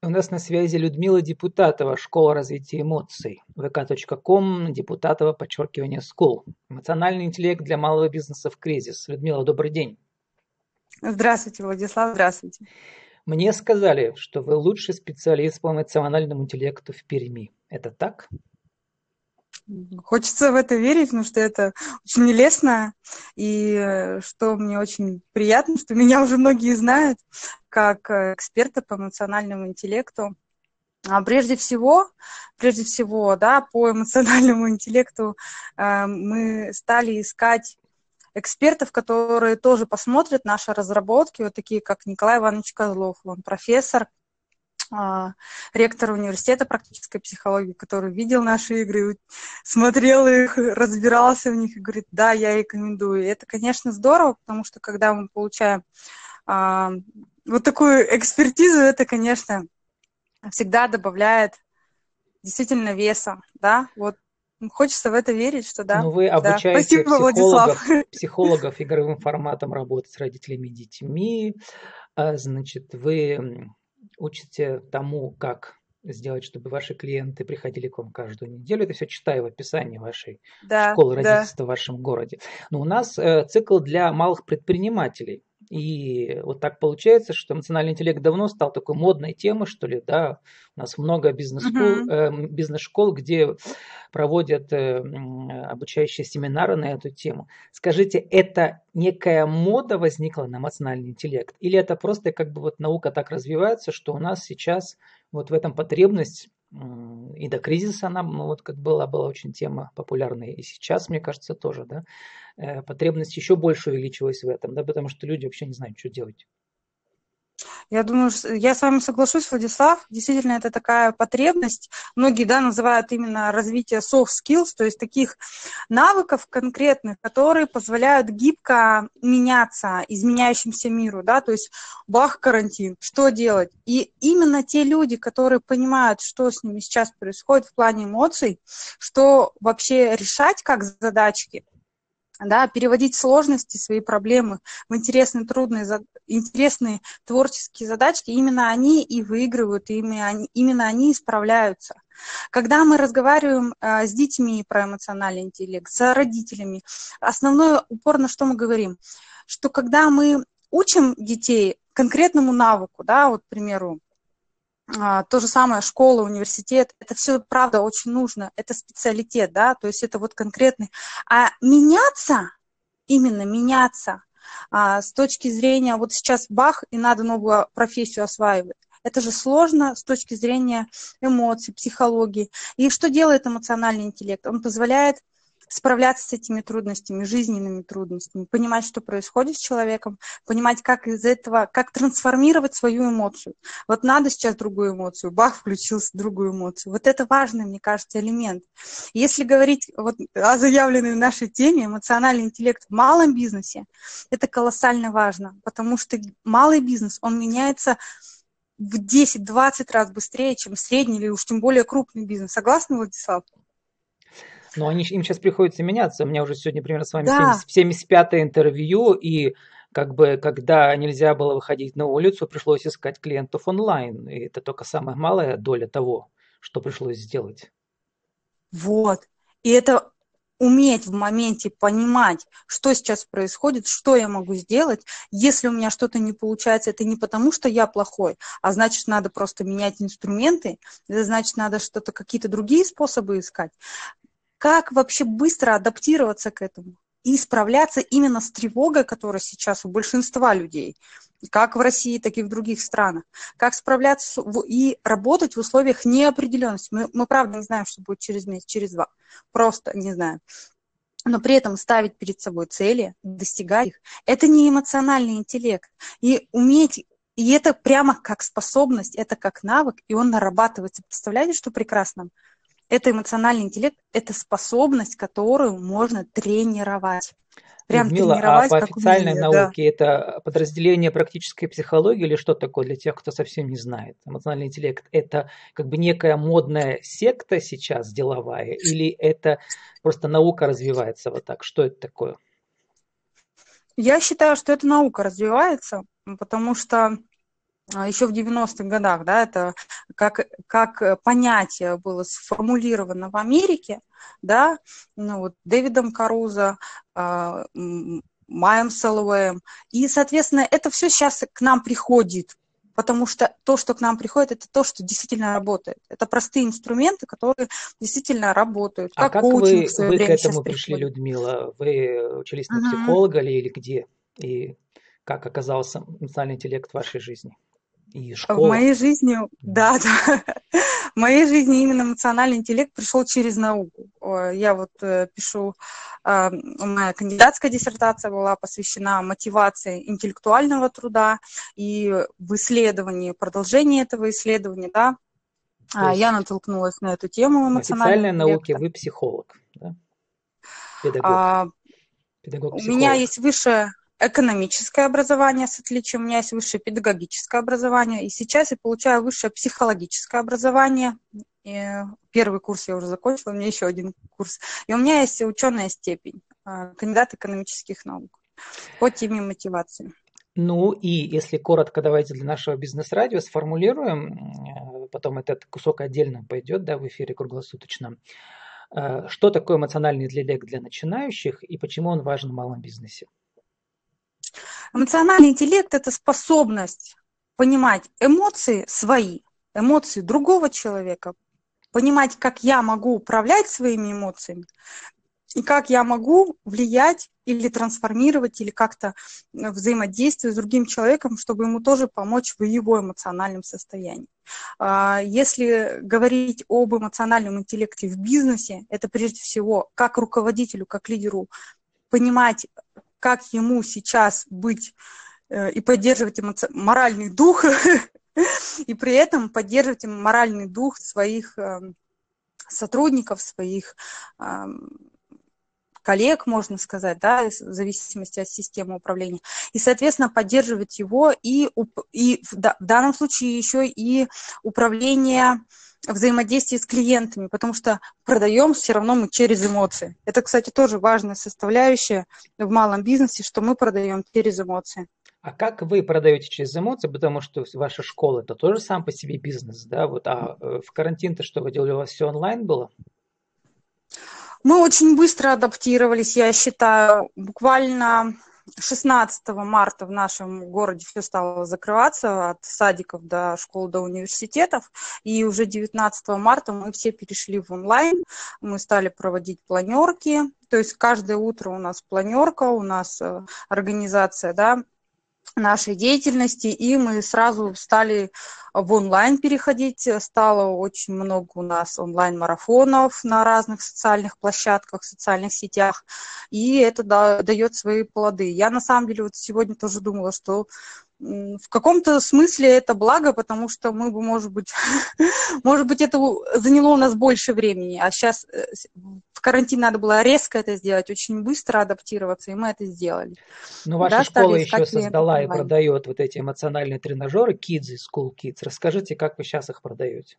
У нас на связи Людмила Депутатова, Школа развития эмоций, vk.com, Депутатова, подчеркивание, school. Эмоциональный интеллект для малого бизнеса в кризис. Людмила, добрый день. Здравствуйте, Владислав, здравствуйте. Мне сказали, что вы лучший специалист по эмоциональному интеллекту в Перми. Это так? Хочется в это верить, потому что это очень нелестно, и что мне очень приятно, что меня уже многие знают как эксперта по эмоциональному интеллекту. А прежде всего, да, по эмоциональному интеллекту мы стали искать экспертов, которые тоже посмотрят наши разработки, вот такие, как Николай Иванович Козлов, он профессор, ректор университета практической психологии, который видел наши игры, смотрел их, разбирался в них и говорит, да, я рекомендую. И это, конечно, здорово, потому что когда мы получаем вот такую экспертизу, это, конечно, всегда добавляет действительно веса, да, вот хочется в это верить, что да, Но вы да. обучаете Спасибо, Владислав. психологов игровым форматом работы с родителями и детьми. Значит, вы учите тому, как сделать, чтобы ваши клиенты приходили к вам каждую неделю. Это все читаю в описании вашей Да, школы да. родительства в вашем городе. Но у нас цикл для малых предпринимателей. И вот так получается, что эмоциональный интеллект давно стал такой модной темой, что ли, да. У нас много Мгм. бизнес-школ, где проводят обучающие семинары на эту тему. Скажите, это некая мода возникла на эмоциональный интеллект? Или это просто как бы вот наука так развивается, что у нас сейчас вот в этом потребность, и до кризиса она, ну, вот как была очень тема популярная, и сейчас, мне кажется, тоже, да, потребность еще больше увеличилась в этом, да, потому что люди вообще не знают, что делать. Я думаю, я с вами соглашусь, Владислав. Действительно, это такая потребность. Многие, да, называют именно развитие soft skills, то есть таких навыков конкретных, которые позволяют гибко меняться изменяющемуся миру, да, то есть бах, карантин, что делать? И именно те люди, которые понимают, что с ними сейчас происходит в плане эмоций, что вообще решать как задачки, да, переводить сложности, свои проблемы в интересные, интересные творческие задачки, именно они и выигрывают, именно они и справляются. Когда мы разговариваем с детьми про эмоциональный интеллект, с родителями, основной упор на что мы говорим? Что когда мы учим детей конкретному навыку, да, вот, к примеру, то же самое школа, университет, это все, правда, очень нужно, это специалитет, да, то есть это вот конкретный. А меняться, именно меняться с точки зрения, вот сейчас бах, и надо новую профессию осваивать. Это же сложно с точки зрения эмоций, психологии. И что делает эмоциональный интеллект? Он позволяет справляться с этими трудностями, жизненными трудностями, понимать, что происходит с человеком, понимать, как из этого, как трансформировать свою эмоцию. Вот надо сейчас другую эмоцию, бах, включился другую эмоцию. Вот это важный, мне кажется, элемент. Если говорить вот о заявленной в нашей теме эмоциональный интеллект в малом бизнесе, это колоссально важно, потому что малый бизнес, он меняется в 10-20 раз быстрее, чем средний или уж тем более крупный бизнес. Согласны, Владислав? Но им сейчас приходится меняться. У меня уже сегодня примерно с вами Да, 75-е интервью, и как бы когда нельзя было выходить на улицу, пришлось искать клиентов онлайн. И это только самая малая доля того, что пришлось сделать. вот. И это уметь в моменте понимать, что сейчас происходит, что я могу сделать. Если у меня что-то не получается, это не потому, что я плохой, а значит, надо просто менять инструменты, это значит, надо что-то, какие-то другие способы искать. Как вообще быстро адаптироваться к этому и справляться именно с тревогой, которая сейчас у большинства людей, как в России, так и в других странах. Как справляться и работать в условиях неопределенности. Мы правда не знаем, что будет через месяц, через два. Просто не знаем. Но при этом ставить перед собой цели, достигать их, это не эмоциональный интеллект. И уметь, и это прямо как способность, это как навык, и он нарабатывается. Представляете, что прекрасно? Это эмоциональный интеллект, это способность, которую можно тренировать. Прям Людмила, а тренировать по как официальной умение, да. науке это подразделение практической психологии или что такое для тех, кто совсем не знает? Эмоциональный интеллект – это как бы некая модная секта сейчас деловая или это просто наука развивается вот так? Что это такое? Я считаю, что эта наука развивается, потому что еще в 90-х годах, да, это как понятие было сформулировано в Америке, да, ну, вот Дэвидом Карузо, Майем Соловеем, и, соответственно, это все сейчас к нам приходит, потому что то, что к нам приходит, это то, что действительно работает. Это простые инструменты, которые действительно работают, А как как коучинг в свое вы к время сейчас этому пришли, приходит. Людмила? Вы учились на психолога или где? И как оказался эмоциональный интеллект в вашей жизни? И В школа? моей жизни, Мгм. да, да, в моей жизни именно эмоциональный интеллект пришел через науку. Я вот пишу, моя кандидатская диссертация была посвящена мотивации интеллектуального труда и в исследовании, продолжении этого исследования, да, То я есть натолкнулась на эту тему в эмоционального официальной науке интеллекта. вы психолог, да? Педагог, А, У меня педагог-психолог. есть высшее экономическое образование с отличием, у меня есть высшее педагогическое образование, и сейчас я получаю высшее психологическое образование. И первый курс я уже закончила, у меня еще один курс. И у меня есть ученая степень, кандидат экономических наук по теме мотивации. Ну и если коротко, давайте для нашего бизнес-радио сформулируем, потом этот кусок отдельно пойдет, да, в эфире круглосуточно. Что такое эмоциональный интеллект для начинающих и почему он важен в малом бизнесе? Эмоциональный интеллект – это способность понимать эмоции свои, эмоции другого человека, понимать, как я могу управлять своими эмоциями, и как я могу влиять или трансформировать, или как-то взаимодействовать с другим человеком, чтобы ему тоже помочь в его эмоциональном состоянии. Если говорить об эмоциональном интеллекте в бизнесе, это прежде всего как руководителю, как лидеру понимать, как ему сейчас быть и поддерживать моральный дух, и при этом поддерживать моральный дух своих сотрудников, своих коллег, можно сказать, да, в зависимости от системы управления, и, соответственно, поддерживать его и в данном случае еще и управление взаимодействие с клиентами, потому что продаем все равно мы через эмоции. Это, кстати, тоже важная составляющая в малом бизнесе, что мы продаем через эмоции. А как вы продаете через эмоции, потому что ваша школа это тоже сам по себе бизнес, да, вот, в карантин-то что вы делали, у вас все онлайн было? Мы очень быстро адаптировались, я считаю, буквально 16 марта в нашем городе все стало закрываться, от садиков до школ, до университетов, и уже 19 марта мы все перешли в онлайн, мы стали проводить планерки, то есть каждое утро у нас планерка, у нас организация, да, нашей деятельности, и мы сразу стали в онлайн переходить. Стало очень много у нас онлайн-марафонов на разных социальных площадках, социальных сетях, и это дает свои плоды. Я на самом деле вот сегодня тоже думала, что в каком-то смысле это благо, потому что мы бы, может быть, это заняло у нас больше времени, а сейчас в карантин надо было резко это сделать, очень быстро адаптироваться, и мы это сделали. Но ваша Да, стали школа еще искать клиентов создала и онлайн. продает вот эти эмоциональные тренажеры Kids и School Kids. Расскажите, как вы сейчас их продаете?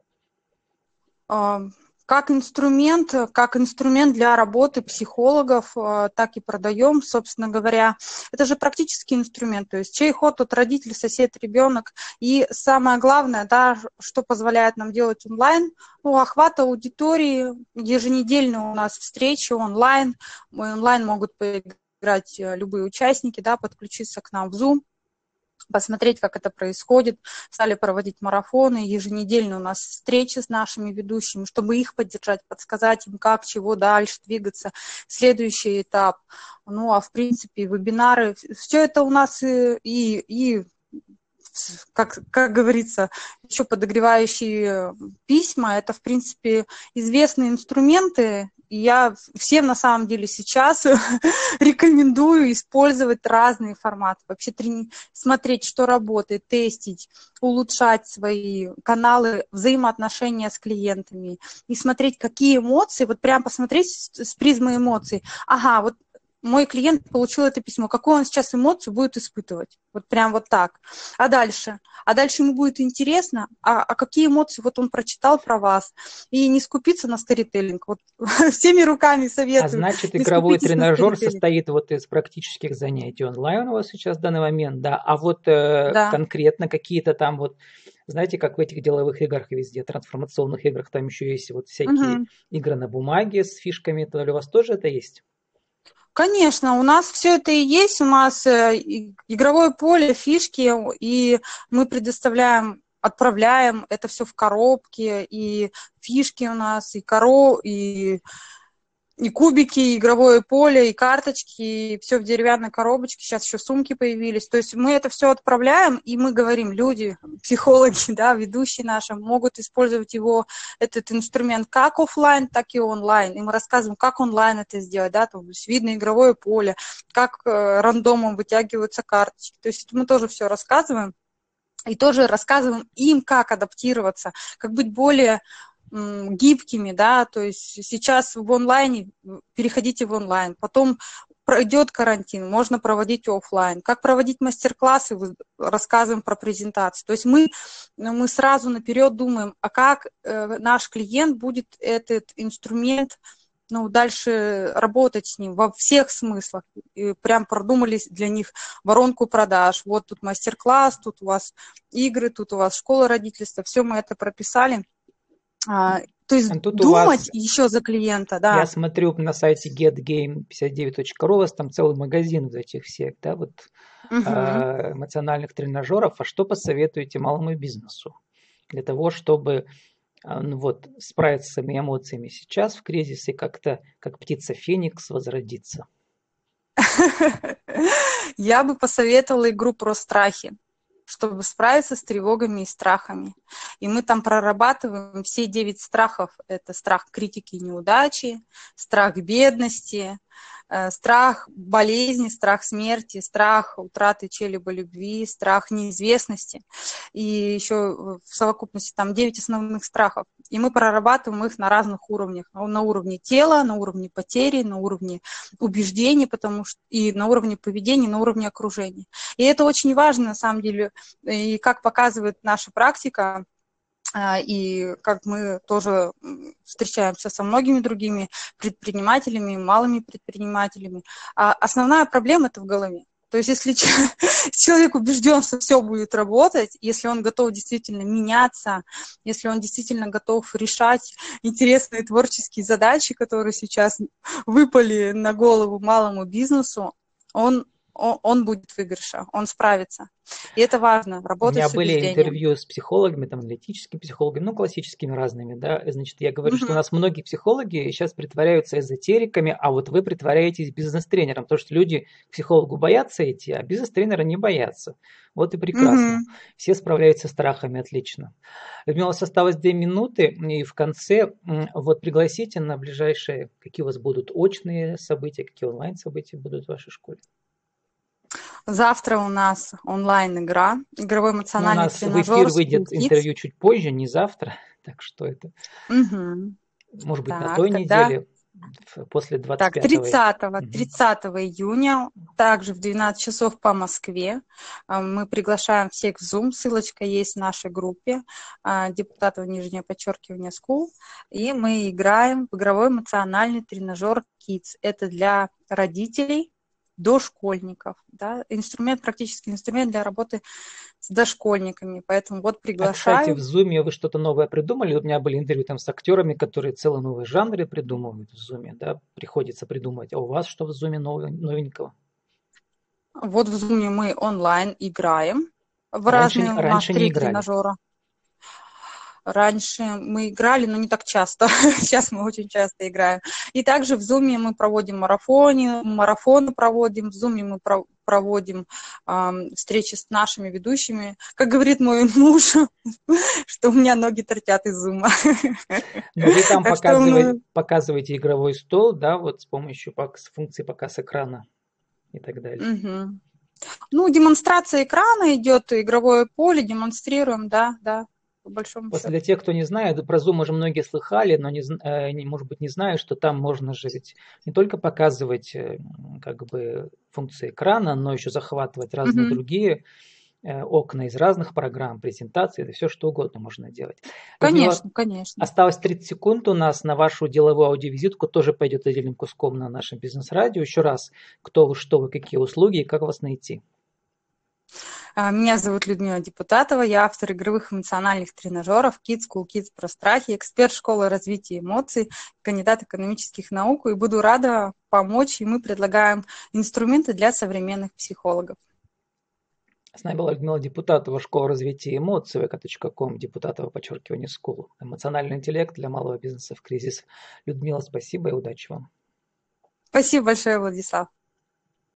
Как инструмент для работы психологов, так и продаем, собственно говоря. Это же практический инструмент, то есть чей ход, тот родитель, сосед, ребенок. И самое главное, да, что позволяет нам делать онлайн, охват аудитории, еженедельно у нас встречи онлайн. Онлайн могут поиграть любые участники, да, подключиться к нам в Zoom, посмотреть, как это происходит. Стали проводить марафоны, еженедельно у нас встречи с нашими ведущими, чтобы их поддержать, подсказать им, как, чего дальше двигаться, следующий этап. Ну, а в принципе, вебинары, все это у нас как говорится, еще подогревающие письма, это, в принципе, известные инструменты, и я всем, на самом деле, сейчас рекомендую использовать разные форматы, вообще смотреть, что работает, тестить, улучшать свои каналы взаимоотношения с клиентами и смотреть, какие эмоции, вот прям посмотреть с призмой эмоций. Ага, вот мой клиент получил это письмо, какую он сейчас эмоцию будет испытывать. Вот прям вот так. А дальше? А дальше ему будет интересно, а какие эмоции вот он прочитал про вас. И не скупиться на сторителлинг. Вот всеми руками А советую. значит, Не игровой скупитесь на тренажер сторителлинг. состоит вот из практических занятий онлайн у вас сейчас в данный момент, да, а вот Да. конкретно какие-то там вот, знаете, как в этих деловых играх везде, трансформационных играх, там еще есть вот всякие Мгм. игры на бумаге с фишками, то ли у вас тоже это есть? Конечно, у нас все это и есть, у нас игровое поле, фишки, и мы предоставляем, отправляем это все в коробки, и фишки у нас, и кубики, и игровое поле, и карточки, и все в деревянной коробочке. Сейчас еще сумки появились. То есть мы это все отправляем, и мы говорим, люди, психологи, да, ведущие наши, могут использовать его, этот инструмент, как офлайн, так и онлайн. И мы рассказываем, как онлайн это сделать, да, то есть видно игровое поле, как рандомом вытягиваются карточки. То есть мы тоже все рассказываем. И тоже рассказываем им, как адаптироваться, как быть более гибкими, да, то есть сейчас в онлайне, переходите в онлайн, потом пройдет карантин, можно проводить офлайн. Как проводить мастер-классы, рассказываем про презентацию. То есть мы сразу наперед думаем, а как наш клиент будет этот инструмент дальше работать с ним во всех смыслах. И прям продумали для них воронку продаж. Вот тут мастер-класс, тут у вас игры, тут у вас школа родительства. Все мы это прописали. То есть Тут у думать вас, еще за клиента, я да. смотрю на сайте getgame59.ru, у вас там целый магазин вот этих всех, да, вот Мгм. эмоциональных тренажеров. А что посоветуете малому бизнесу для того, чтобы ну вот, справиться с своими эмоциями сейчас в кризисе, как-то, как птица Феникс, возродиться? Я бы посоветовала игру про страхи, чтобы справиться с тревогами и страхами. И мы там прорабатываем все 9 страхов. Это страх критики и неудачи, страх бедности, страх болезни, страх смерти, страх утраты чьей-либо любви, страх неизвестности. И еще в совокупности там 9 основных страхов. И мы прорабатываем их на разных уровнях. На уровне тела, на уровне потери, на уровне убеждений, потому что и на уровне поведения, на уровне окружения. И это очень важно, на самом деле, и как показывает наша практика, и как мы тоже встречаемся со многими другими предпринимателями, малыми предпринимателями. Основная проблема – это в голове. То есть если человек убежден, что все будет работать, если он готов действительно меняться, если он действительно готов решать интересные творческие задачи, которые сейчас выпали на голову малому бизнесу, он будет в выигрыше, он справится. И это важно, У работать меня с были убеждением. интервью с психологами, там, аналитическими психологами, ну, классическими разными, да, значит, я говорю, что у Мгм. нас многие психологи сейчас притворяются эзотериками, а вот вы притворяетесь бизнес-тренером, потому что люди к психологу боятся идти, а бизнес-тренеры не боятся. Вот и прекрасно. Мгм. Все справляются с страхами отлично. Людмила, у нас осталось 2 минуты, и в конце вот пригласите на ближайшие, какие у вас будут очные события, какие онлайн-события будут в вашей школе. Завтра у нас онлайн-игра, игровой Ну, у эмоциональный нас в тренажер эфир Skill выйдет Kids. интервью чуть позже, не завтра, так что это, Мгм. может быть, на Так, той тогда неделе, после так, 25-го. 30, Мгм. 30 июня, также в 12 часов по Москве, мы приглашаем всех в Zoom, ссылочка есть в нашей группе депутатов, нижнее подчеркивание, School, и мы играем в игровой эмоциональный тренажер Kids. Это для родителей, дошкольников, да, практически инструмент для работы с дошкольниками, поэтому вот А, кстати, в приглашаю. Zoom вы что-то новое придумали? У меня были интервью там с актерами, которые целые новые жанры придумывают в Zoom, да, приходится придумать. А у вас что в Zoom новенького? Вот в Zoom мы онлайн играем в Раньше, разные у нас раньше не 3 играли. тренажера. Раньше мы играли, но не так часто. Сейчас мы очень часто играем. И также в Zoom мы проводим марафоны проводим. В Zoom мы проводим встречи с нашими ведущими. Как говорит мой муж, что у меня ноги торчат из Zoom. Но вы там Так что показываете игровой стол, да, вот с помощью с функции показ экрана и так далее. демонстрация экрана идет, игровое поле, демонстрируем, да, да. по большому Просто счету. для тех, кто не знает, про Zoom уже многие слыхали, но, может быть, не знают, что там можно же ведь не только показывать как бы функции экрана, но еще захватывать разные Мгм. другие окна из разных программ, презентации, это все что угодно можно делать. Людмила, Конечно, конечно. осталось 30 секунд у нас на вашу деловую аудиовизитку, тоже пойдет отдельным куском на нашем бизнес-радио. Еще раз, кто вы, что вы, какие услуги и как вас найти. Меня зовут Людмила Депутатова, я автор игровых эмоциональных тренажеров Kids Cool Kids про страхи, эксперт школы развития эмоций, кандидат экономических наук, и буду рада помочь, и мы предлагаем инструменты для современных психологов. С нами была Людмила Депутатова, школа развития эмоций, vk.com, Депутатова, подчеркивание, school. Эмоциональный интеллект для малого бизнеса в кризис. Людмила, спасибо и удачи вам. Спасибо большое, Владислав.